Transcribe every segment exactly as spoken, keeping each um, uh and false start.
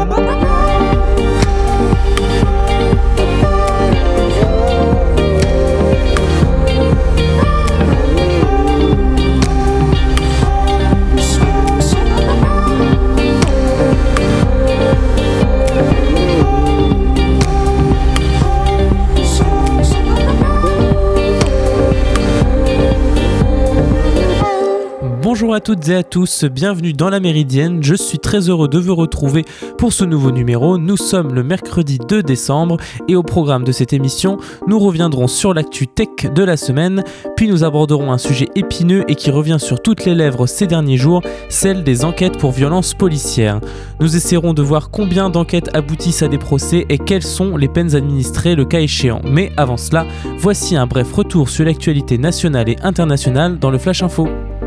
Bonjour à toutes et à tous, bienvenue dans la Méridienne, je suis très heureux de vous retrouver pour ce nouveau numéro. Nous sommes le mercredi deux décembre et au programme de cette émission, nous reviendrons sur l'actu tech de la semaine, puis nous aborderons un sujet épineux et qui revient sur toutes les lèvres ces derniers jours, celle des enquêtes pour violences policières. Nous essaierons de voir combien d'enquêtes aboutissent à des procès et quelles sont les peines administrées le cas échéant. Mais avant cela, voici un bref retour sur l'actualité nationale et internationale dans le Flash Info.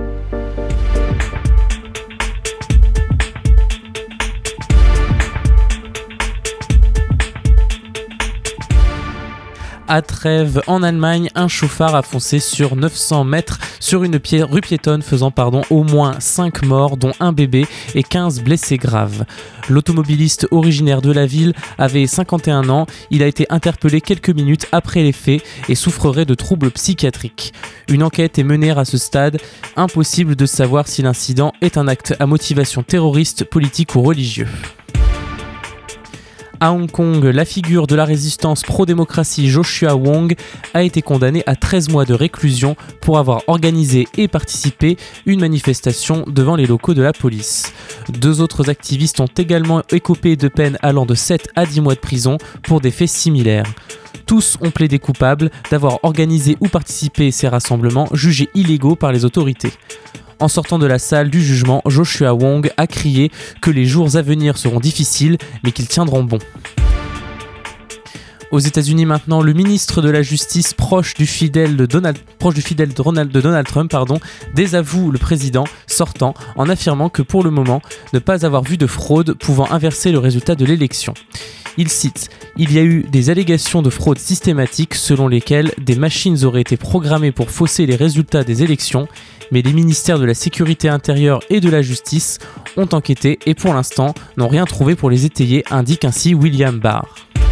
À Trèves, en Allemagne, un chauffard a foncé sur neuf cents mètres sur une pi- rue piétonne faisant pardon, au moins cinq morts, dont un bébé et quinze blessés graves. L'automobiliste originaire de la ville avait cinquante et un ans, il a été interpellé quelques minutes après les faits et souffrerait de troubles psychiatriques. Une enquête est menée à ce stade, impossible de savoir si l'incident est un acte à motivation terroriste, politique ou religieux. À Hong Kong, la figure de la résistance pro-démocratie Joshua Wong a été condamné à treize mois de réclusion pour avoir organisé et participé une manifestation devant les locaux de la police. Deux autres activistes ont également écopé de peines allant de sept à dix mois de prison pour des faits similaires. Tous ont plaidé coupables d'avoir organisé ou participé à ces rassemblements jugés illégaux par les autorités. En sortant de la salle du jugement, Joshua Wong a crié que les jours à venir seront difficiles, mais qu'ils tiendront bon. Aux États-Unis maintenant, le ministre de la Justice proche du fidèle de Donald, proche du fidèle de Donald, de Donald Trump pardon, désavoue le président sortant en affirmant que pour le moment, ne pas avoir vu de fraude pouvant inverser le résultat de l'élection. Il cite « Il y a eu des allégations de fraude systématique selon lesquelles des machines auraient été programmées pour fausser les résultats des élections, mais les ministères de la Sécurité intérieure et de la Justice ont enquêté et pour l'instant n'ont rien trouvé pour les étayer », indique ainsi William Barr.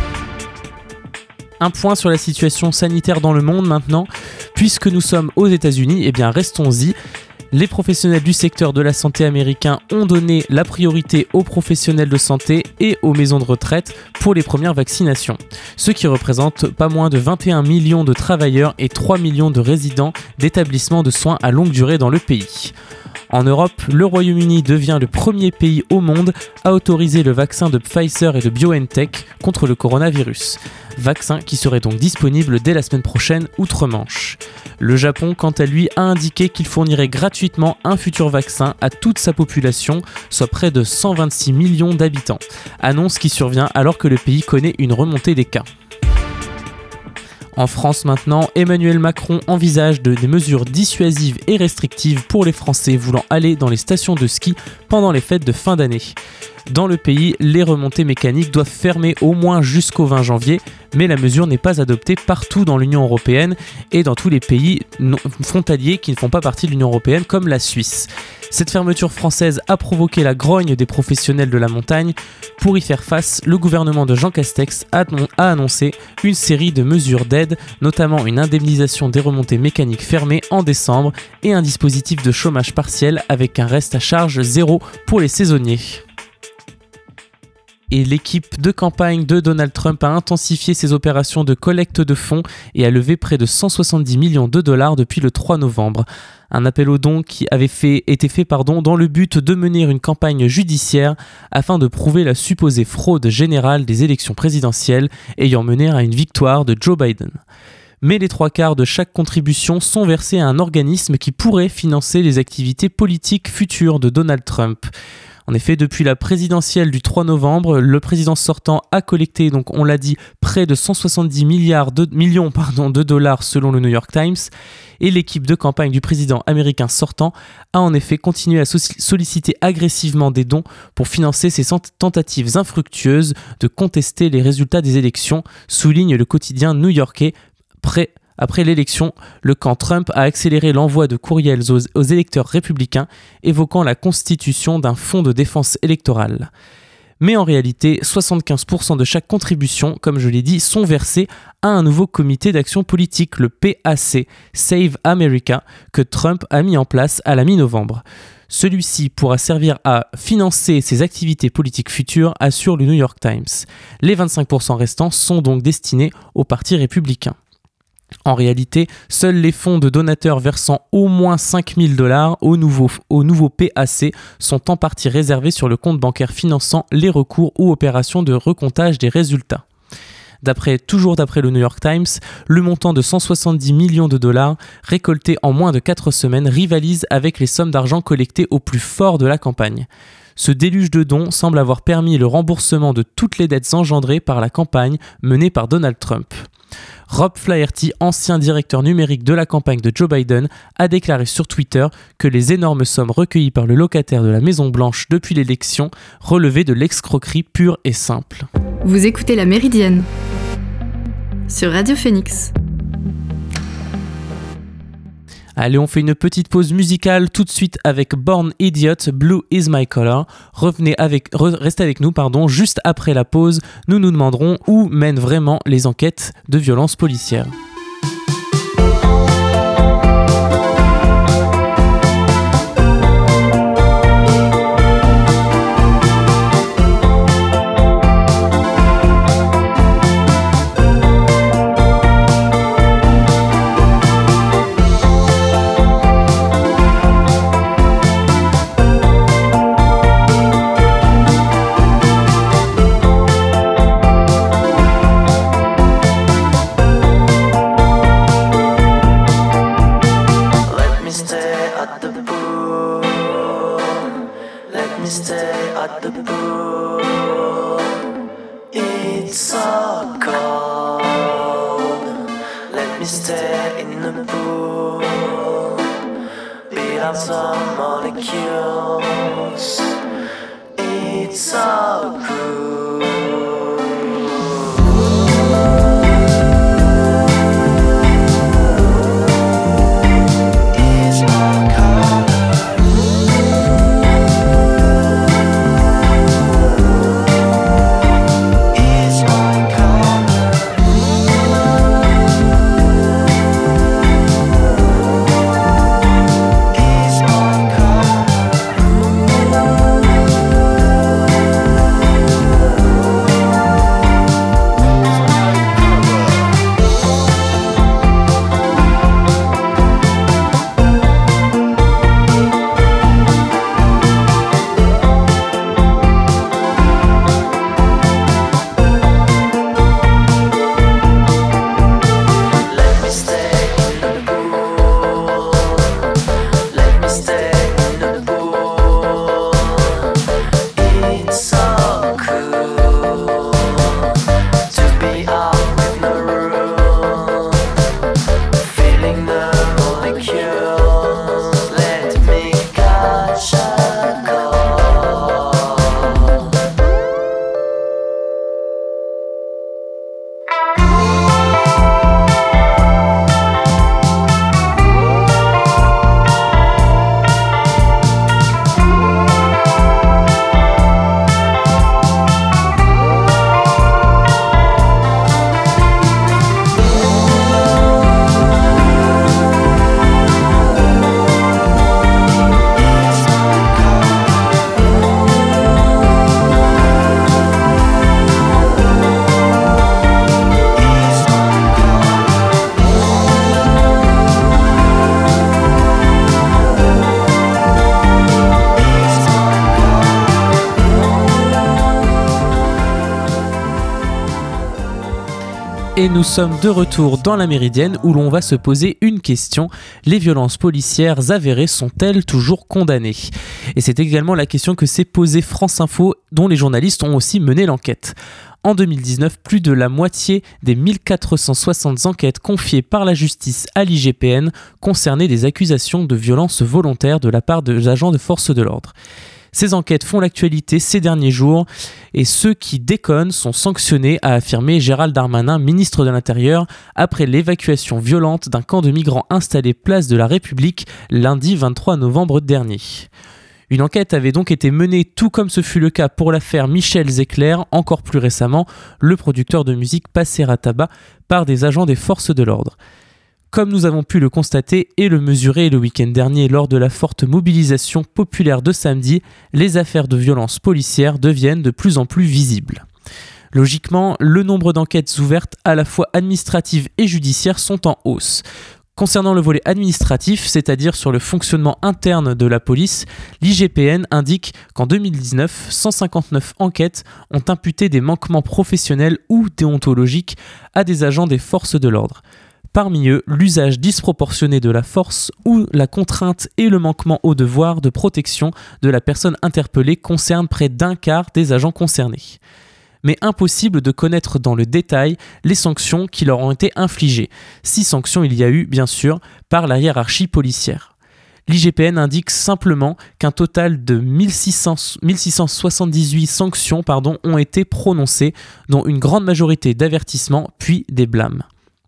Un point sur la situation sanitaire dans le monde maintenant, puisque nous sommes aux États-Unis, eh bien restons-y. Les professionnels du secteur de la santé américain ont donné la priorité aux professionnels de santé et aux maisons de retraite pour les premières vaccinations, ce qui représente pas moins de vingt et un millions de travailleurs et trois millions de résidents d'établissements de soins à longue durée dans le pays. En Europe, le Royaume-Uni devient le premier pays au monde à autoriser le vaccin de Pfizer et de BioNTech contre le coronavirus. Vaccin qui serait donc disponible dès la semaine prochaine outre-Manche. Le Japon, quant à lui, a indiqué qu'il fournirait gratuitement un futur vaccin à toute sa population, soit près de cent vingt-six millions d'habitants. Annonce qui survient alors que le pays connaît une remontée des cas. En France maintenant, Emmanuel Macron envisage de, des mesures dissuasives et restrictives pour les Français voulant aller dans les stations de ski pendant les fêtes de fin d'année. Dans le pays, les remontées mécaniques doivent fermer au moins jusqu'au vingt janvier, mais la mesure n'est pas adoptée partout dans l'Union européenne et dans tous les pays non frontaliers qui ne font pas partie de l'Union européenne comme la Suisse. Cette fermeture française a provoqué la grogne des professionnels de la montagne. Pour y faire face, le gouvernement de Jean Castex a annoncé une série de mesures d'aide, notamment une indemnisation des remontées mécaniques fermées en décembre et un dispositif de chômage partiel avec un reste à charge zéro pour les saisonniers. Et l'équipe de campagne de Donald Trump a intensifié ses opérations de collecte de fonds et a levé près de cent soixante-dix millions de dollars depuis le trois novembre. Un appel aux dons qui avait fait, été fait pardon, dans le but de mener une campagne judiciaire afin de prouver la supposée fraude générale des élections présidentielles ayant mené à une victoire de Joe Biden. Mais les trois quarts de chaque contribution sont versés à un organisme qui pourrait financer les activités politiques futures de Donald Trump. En effet, depuis la présidentielle du trois novembre, le président sortant a collecté, donc on l'a dit, près de cent soixante-dix milliards de, millions pardon, de dollars selon le New York Times. Et l'équipe de campagne du président américain sortant a en effet continué à solliciter agressivement des dons pour financer ses tentatives infructueuses de contester les résultats des élections, souligne le quotidien new-yorkais près Après l'élection, le camp Trump a accéléré l'envoi de courriels aux, aux électeurs républicains évoquant la constitution d'un fonds de défense électorale. Mais en réalité, soixante-quinze pour cent de chaque contribution, comme je l'ai dit, sont versés à un nouveau comité d'action politique, le P A C, Save America, que Trump a mis en place à la mi-novembre. Celui-ci pourra servir à financer ses activités politiques futures, assure le New York Times. Les vingt-cinq pour cent restants sont donc destinés au Parti républicain. En réalité, seuls les fonds de donateurs versant au moins cinq mille dollars au nouveau, au nouveau P A C sont en partie réservés sur le compte bancaire finançant les recours ou opérations de recomptage des résultats. D'après, toujours d'après le New York Times, le montant de cent soixante-dix millions de dollars récoltés en moins de quatre semaines rivalise avec les sommes d'argent collectées au plus fort de la campagne. Ce déluge de dons semble avoir permis le remboursement de toutes les dettes engendrées par la campagne menée par Donald Trump. Rob Flaherty, ancien directeur numérique de la campagne de Joe Biden, a déclaré sur Twitter que les énormes sommes recueillies par le locataire de la Maison-Blanche depuis l'élection relevaient de l'escroquerie pure et simple. Vous écoutez La Méridienne sur Radio Phoenix. Allez, on fait une petite pause musicale tout de suite avec Born Idiot, Blue is my color. Revenez avec, re, restez avec nous, pardon. Juste après la pause, nous nous demanderons où mènent vraiment les enquêtes de violences policières. Et nous sommes de retour dans la Méridienne où l'on va se poser une question. Les violences policières avérées sont-elles toujours condamnées ? Et c'est également la question que s'est posée France Info, dont les journalistes ont aussi mené l'enquête. En deux mille dix-neuf, plus de la moitié des mille quatre cent soixante enquêtes confiées par la justice à l'I G P N concernaient des accusations de violences volontaires de la part des agents de force de l'ordre. Ces enquêtes font l'actualité ces derniers jours et ceux qui déconnent sont sanctionnés, a affirmé Gérald Darmanin, ministre de l'Intérieur, après l'évacuation violente d'un camp de migrants installé place de la République lundi vingt-trois novembre dernier. Une enquête avait donc été menée, tout comme ce fut le cas pour l'affaire Michel Zecler, encore plus récemment, le producteur de musique passé à tabac par des agents des forces de l'ordre. Comme nous avons pu le constater et le mesurer le week-end dernier lors de la forte mobilisation populaire de samedi, les affaires de violences policières deviennent de plus en plus visibles. Logiquement, le nombre d'enquêtes ouvertes à la fois administratives et judiciaires sont en hausse. Concernant le volet administratif, c'est-à-dire sur le fonctionnement interne de la police, l'I G P N indique qu'en deux mille dix-neuf, cent cinquante-neuf enquêtes ont imputé des manquements professionnels ou déontologiques à des agents des forces de l'ordre. Parmi eux, l'usage disproportionné de la force ou la contrainte et le manquement au devoir de protection de la personne interpellée concernent près d'un quart des agents concernés. Mais impossible de connaître dans le détail les sanctions qui leur ont été infligées. Six sanctions il y a eu, bien sûr, par la hiérarchie policière. L'I G P N indique simplement qu'un total de mille six cent soixante-dix-huit sanctions pardon, ont été prononcées, dont une grande majorité d'avertissements puis des blâmes.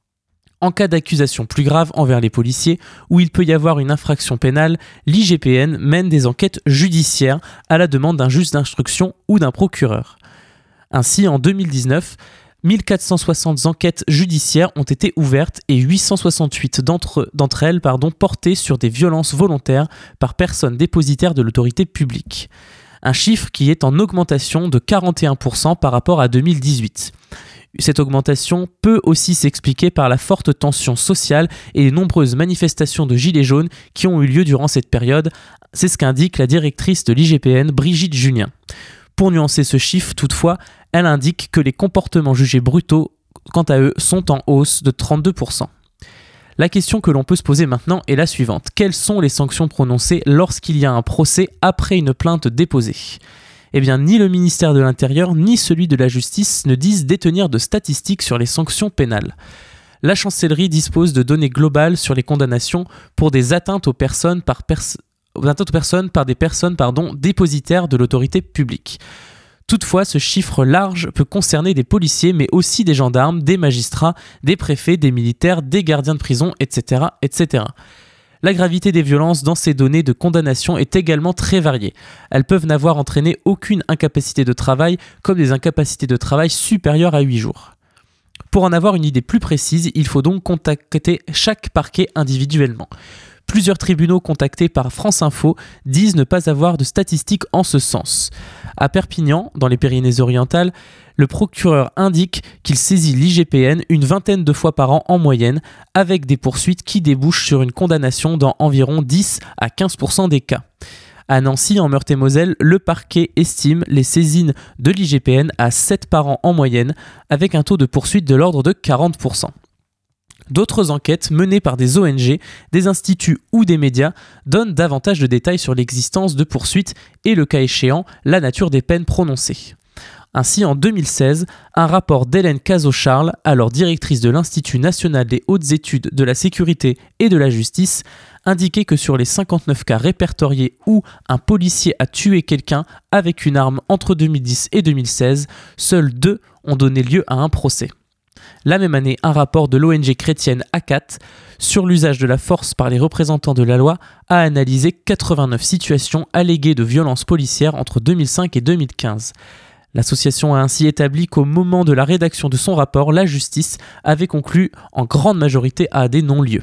En cas d'accusation plus grave envers les policiers, où il peut y avoir une infraction pénale, l'I G P N mène des enquêtes judiciaires à la demande d'un juge d'instruction ou d'un procureur. Ainsi, en deux mille dix-neuf, mille quatre cent soixante enquêtes judiciaires ont été ouvertes et huit cent soixante-huit d'entre, d'entre elles pardon, portées sur des violences volontaires par personnes dépositaires de l'autorité publique. Un chiffre qui est en augmentation de quarante et un pour cent par rapport à deux mille dix-huit. Cette augmentation peut aussi s'expliquer par la forte tension sociale et les nombreuses manifestations de gilets jaunes qui ont eu lieu durant cette période. C'est ce qu'indique la directrice de l'I G P N, Brigitte Julien. Pour nuancer ce chiffre, toutefois, elle indique que les comportements jugés brutaux, quant à eux, sont en hausse de trente-deux pour cent. La question que l'on peut se poser maintenant est la suivante. Quelles sont les sanctions prononcées lorsqu'il y a un procès après une plainte déposée ? Eh bien, ni le ministère de l'Intérieur ni celui de la Justice ne disent détenir de statistiques sur les sanctions pénales. La chancellerie dispose de données globales sur les condamnations pour des atteintes aux personnes par, pers- atteintes aux personnes par des personnes pardon, dépositaires de l'autorité publique. Toutefois, ce chiffre large peut concerner des policiers, mais aussi des gendarmes, des magistrats, des préfets, des militaires, des gardiens de prison, et cetera, et cetera. La gravité des violences dans ces données de condamnation est également très variée. Elles peuvent n'avoir entraîné aucune incapacité de travail, comme des incapacités de travail supérieures à huit jours. Pour en avoir une idée plus précise, il faut donc contacter chaque parquet individuellement. Plusieurs tribunaux contactés par France Info disent ne pas avoir de statistiques en ce sens. À Perpignan, dans les Pyrénées-Orientales, le procureur indique qu'il saisit l'I G P N une vingtaine de fois par an en moyenne, avec des poursuites qui débouchent sur une condamnation dans environ dix à quinze pour cent des cas. À Nancy, en Meurthe-et-Moselle, le parquet estime les saisines de l'I G P N à sept par an en moyenne, avec un taux de poursuite de l'ordre de quarante pour cent. D'autres enquêtes menées par des O N G, des instituts ou des médias donnent davantage de détails sur l'existence de poursuites et, le cas échéant, la nature des peines prononcées. Ainsi, en deux mille seize, un rapport d'Hélène Cazot-Charles, alors directrice de l'Institut national des hautes études de la sécurité et de la justice, indiquait que sur les cinquante-neuf cas répertoriés où un policier a tué quelqu'un avec une arme entre deux mille dix et deux mille seize, seuls deux ont donné lieu à un procès. La même année, un rapport de l'O N G chrétienne A C A T sur l'usage de la force par les représentants de la loi a analysé quatre-vingt-neuf situations alléguées de violences policières entre deux mille cinq et deux mille quinze. L'association a ainsi établi qu'au moment de la rédaction de son rapport, la justice avait conclu en grande majorité à des non-lieux.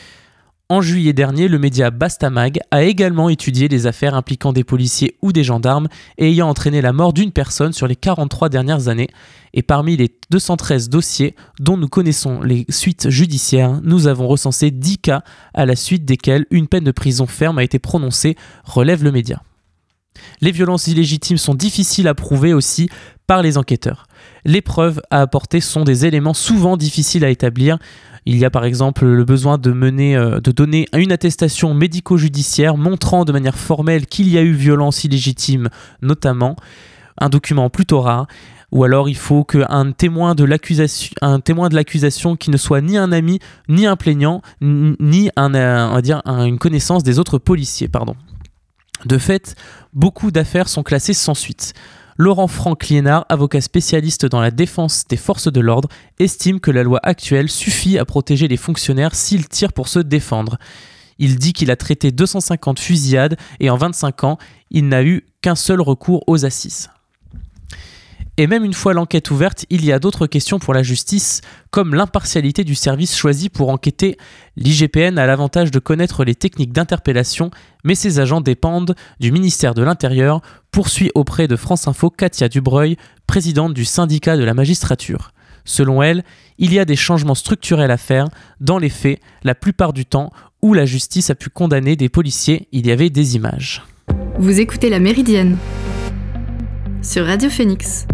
En juillet dernier, le média Bastamag a également étudié les affaires impliquant des policiers ou des gendarmes et ayant entraîné la mort d'une personne sur les quarante-trois dernières années. Et parmi les deux cent treize dossiers dont nous connaissons les suites judiciaires, nous avons recensé dix cas à la suite desquels une peine de prison ferme a été prononcée, relève le média. Les violences illégitimes sont difficiles à prouver aussi par les enquêteurs. Les preuves à apporter sont des éléments souvent difficiles à établir. Il y a par exemple le besoin de, mener, euh, de donner une attestation médico-judiciaire montrant de manière formelle qu'il y a eu violence illégitime, notamment, un document plutôt rare, ou alors il faut qu'un témoin de l'accusation, un témoin de l'accusation qui ne soit ni un ami, ni un plaignant, ni un, on va dire, un, une connaissance des autres policiers. Pardon. De fait, beaucoup d'affaires sont classées sans suite. Laurent Franck-Liénard, avocat spécialiste dans la défense des forces de l'ordre, estime que la loi actuelle suffit à protéger les fonctionnaires s'ils tirent pour se défendre. Il dit qu'il a traité deux cent cinquante fusillades et en vingt-cinq ans, il n'a eu qu'un seul recours aux assises. Et même une fois l'enquête ouverte, il y a d'autres questions pour la justice, comme l'impartialité du service choisi pour enquêter. L'I G P N a l'avantage de connaître les techniques d'interpellation, mais ses agents dépendent du ministère de l'Intérieur, poursuit auprès de France Info Katia Dubreuil, présidente du syndicat de la magistrature. Selon elle, il y a des changements structurels à faire. Dans les faits, la plupart du temps, où la justice a pu condamner des policiers, il y avait des images. Vous écoutez La Méridienne sur Radio Phoenix.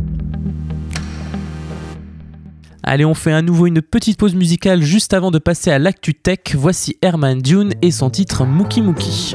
Allez, on fait à nouveau une petite pause musicale juste avant de passer à l'actu tech. Voici Herman Dune et son titre Mookie Mookie.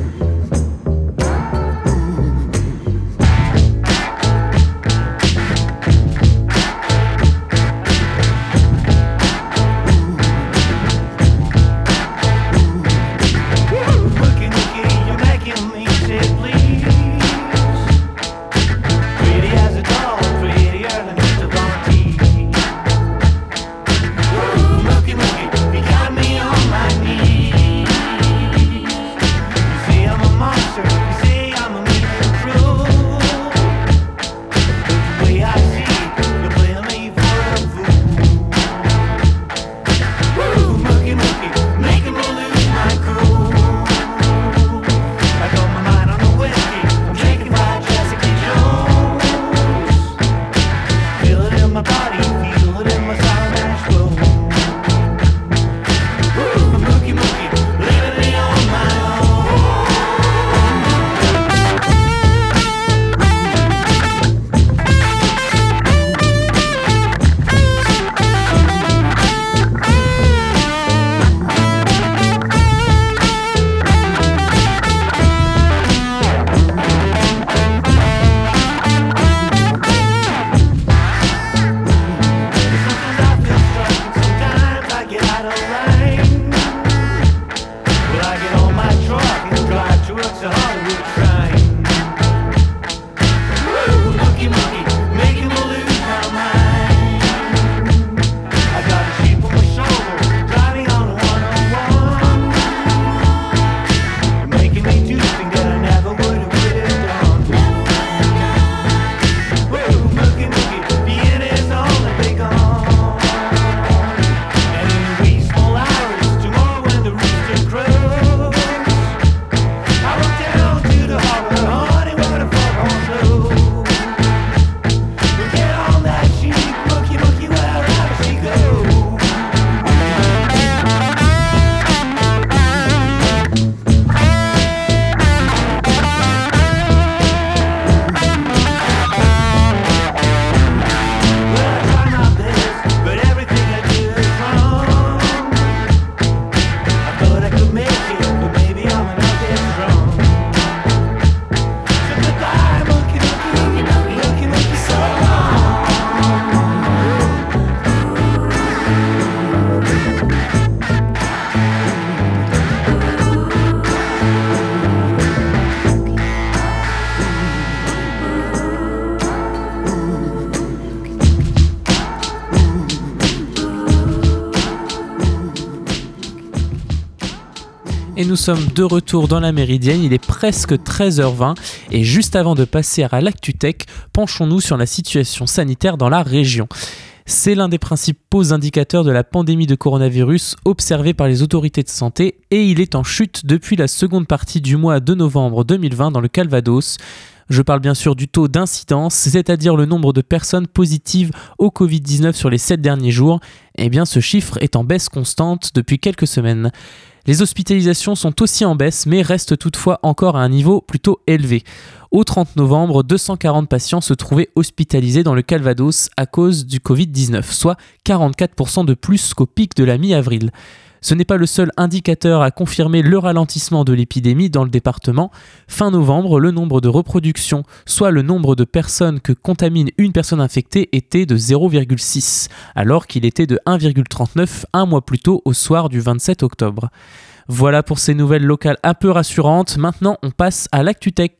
Et nous sommes de retour dans la Méridienne, il est presque treize heures vingt et juste avant de passer à l'actu tech, penchons-nous sur la situation sanitaire dans la région. C'est l'un des principaux indicateurs de la pandémie de coronavirus observé par les autorités de santé et il est en chute depuis la seconde partie du mois de novembre deux mille vingt dans le Calvados. Je parle bien sûr du taux d'incidence, c'est-à-dire le nombre de personnes positives au covid dix-neuf sur les sept derniers jours. Eh bien, ce chiffre est en baisse constante depuis quelques semaines. Les hospitalisations sont aussi en baisse, mais restent toutefois encore à un niveau plutôt élevé. Au trente novembre, deux cent quarante patients se trouvaient hospitalisés dans le Calvados à cause du covid dix-neuf, soit quarante-quatre pour cent de plus qu'au pic de la mi-avril. Ce n'est pas le seul indicateur à confirmer le ralentissement de l'épidémie dans le département. Fin novembre, le nombre de reproductions, soit le nombre de personnes que contamine une personne infectée, était de zéro virgule six, alors qu'il était de un virgule trente-neuf un mois plus tôt au soir du vingt-sept octobre. Voilà pour ces nouvelles locales un peu rassurantes. Maintenant, on passe à l'actu tech.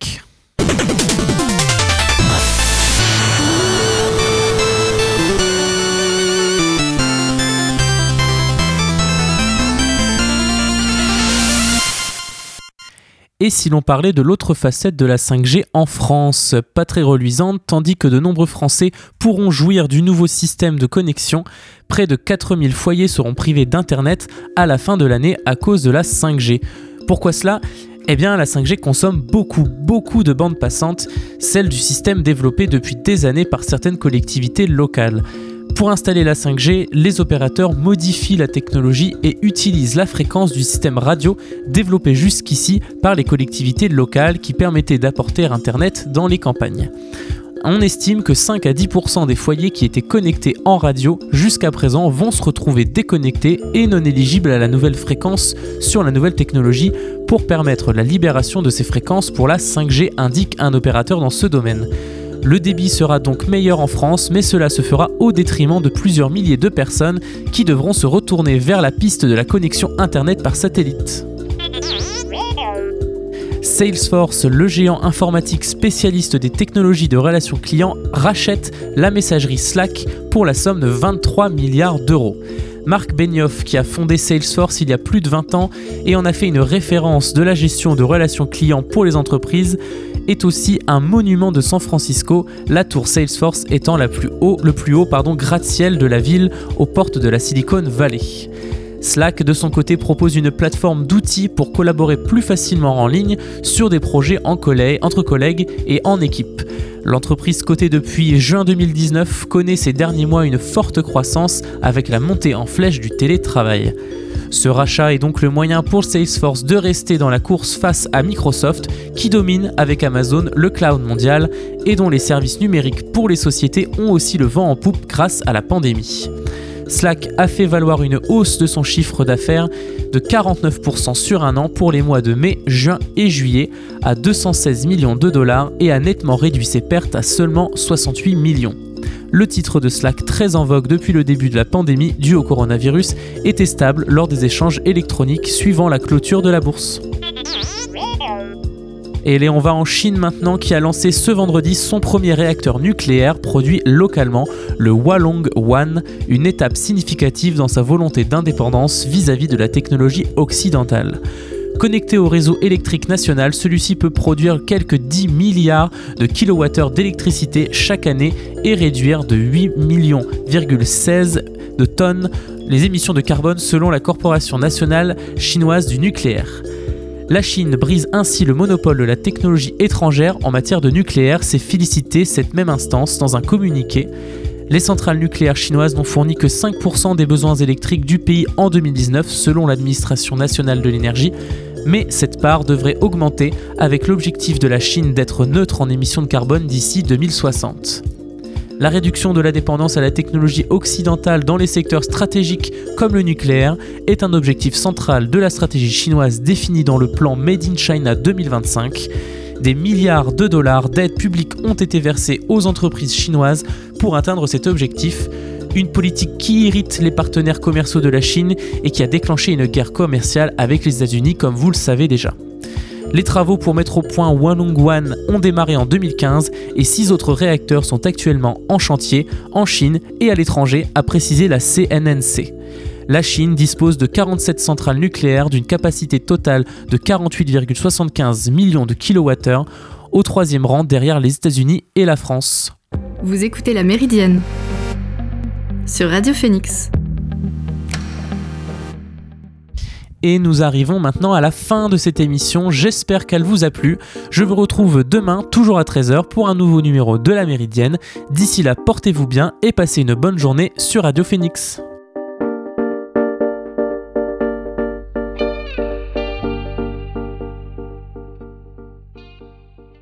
Et si l'on parlait de l'autre facette de la cinq G en France, pas très reluisante, tandis que de nombreux Français pourront jouir du nouveau système de connexion, près de quatre mille foyers seront privés d'internet à la fin de l'année à cause de la cinq G. Pourquoi cela ? Eh bien, la cinq G consomme beaucoup, beaucoup de bandes passantes, celle du système développé depuis des années par certaines collectivités locales. Pour installer la cinq G, les opérateurs modifient la technologie et utilisent la fréquence du système radio développé jusqu'ici par les collectivités locales qui permettait d'apporter Internet dans les campagnes. On estime que cinq à dix pour cent des foyers qui étaient connectés en radio jusqu'à présent vont se retrouver déconnectés et non éligibles à la nouvelle fréquence sur la nouvelle technologie pour permettre la libération de ces fréquences pour la cinq G, indique un opérateur dans ce domaine. Le débit sera donc meilleur en France, mais cela se fera au détriment de plusieurs milliers de personnes qui devront se retourner vers la piste de la connexion Internet par satellite. Salesforce, le géant informatique spécialiste des technologies de relations clients, rachète la messagerie Slack pour la somme de vingt-trois milliards d'euros. Marc Benioff, qui a fondé Salesforce il y a plus de vingt ans et en a fait une référence de la gestion de relations clients pour les entreprises, est aussi un monument de San Francisco, la tour Salesforce étant la plus haut, le plus haut pardon, gratte-ciel de la ville aux portes de la Silicon Valley. Slack, de son côté, propose une plateforme d'outils pour collaborer plus facilement en ligne sur des projets en collègue, entre collègues et en équipe. L'entreprise cotée depuis juin deux mille dix-neuf connaît ces derniers mois une forte croissance avec la montée en flèche du télétravail. Ce rachat est donc le moyen pour Salesforce de rester dans la course face à Microsoft, qui domine avec Amazon le cloud mondial et dont les services numériques pour les sociétés ont aussi le vent en poupe grâce à la pandémie. Slack a fait valoir une hausse de son chiffre d'affaires de quarante-neuf pour cent sur un an pour les mois de mai, juin et juillet à deux cent seize millions de dollars et a nettement réduit ses pertes à seulement soixante-huit millions. Le titre de Slack, très en vogue depuis le début de la pandémie due au coronavirus, était stable lors des échanges électroniques suivant la clôture de la bourse. Et on va en Chine maintenant, qui a lancé ce vendredi son premier réacteur nucléaire produit localement, le Hualong One, une étape significative dans sa volonté d'indépendance vis-à-vis de la technologie occidentale. Connecté au réseau électrique national, celui-ci peut produire quelques dix milliards de kilowattheures d'électricité chaque année et réduire de huit virgule seize millions de tonnes les émissions de carbone selon la Corporation nationale chinoise du nucléaire. La Chine brise ainsi le monopole de la technologie étrangère en matière de nucléaire, s'est félicité cette même instance dans un communiqué. Les centrales nucléaires chinoises n'ont fourni que cinq pour cent des besoins électriques du pays en deux mille dix-neuf selon l'administration nationale de l'énergie, mais cette part devrait augmenter avec l'objectif de la Chine d'être neutre en émissions de carbone d'ici deux mille soixante. La réduction de la dépendance à la technologie occidentale dans les secteurs stratégiques comme le nucléaire est un objectif central de la stratégie chinoise définie dans le plan Made in China deux mille vingt-cinq. Des milliards de dollars d'aides publiques ont été versés aux entreprises chinoises pour atteindre cet objectif, une politique qui irrite les partenaires commerciaux de la Chine et qui a déclenché une guerre commerciale avec les États-Unis, comme vous le savez déjà. Les travaux pour mettre au point Hualong One ont démarré en deux mille quinze et six autres réacteurs sont actuellement en chantier en Chine et à l'étranger, a précisé la C N N C. La Chine dispose de quarante-sept centrales nucléaires d'une capacité totale de quarante-huit virgule soixante-quinze millions de kilowattheures, au troisième rang derrière les États-Unis et la France. Vous écoutez La Méridienne sur Radio Phoenix. Et nous arrivons maintenant à la fin de cette émission, j'espère qu'elle vous a plu. Je vous retrouve demain, toujours à treize heures, pour un nouveau numéro de La Méridienne. D'ici là, portez-vous bien et passez une bonne journée sur Radio Phoenix.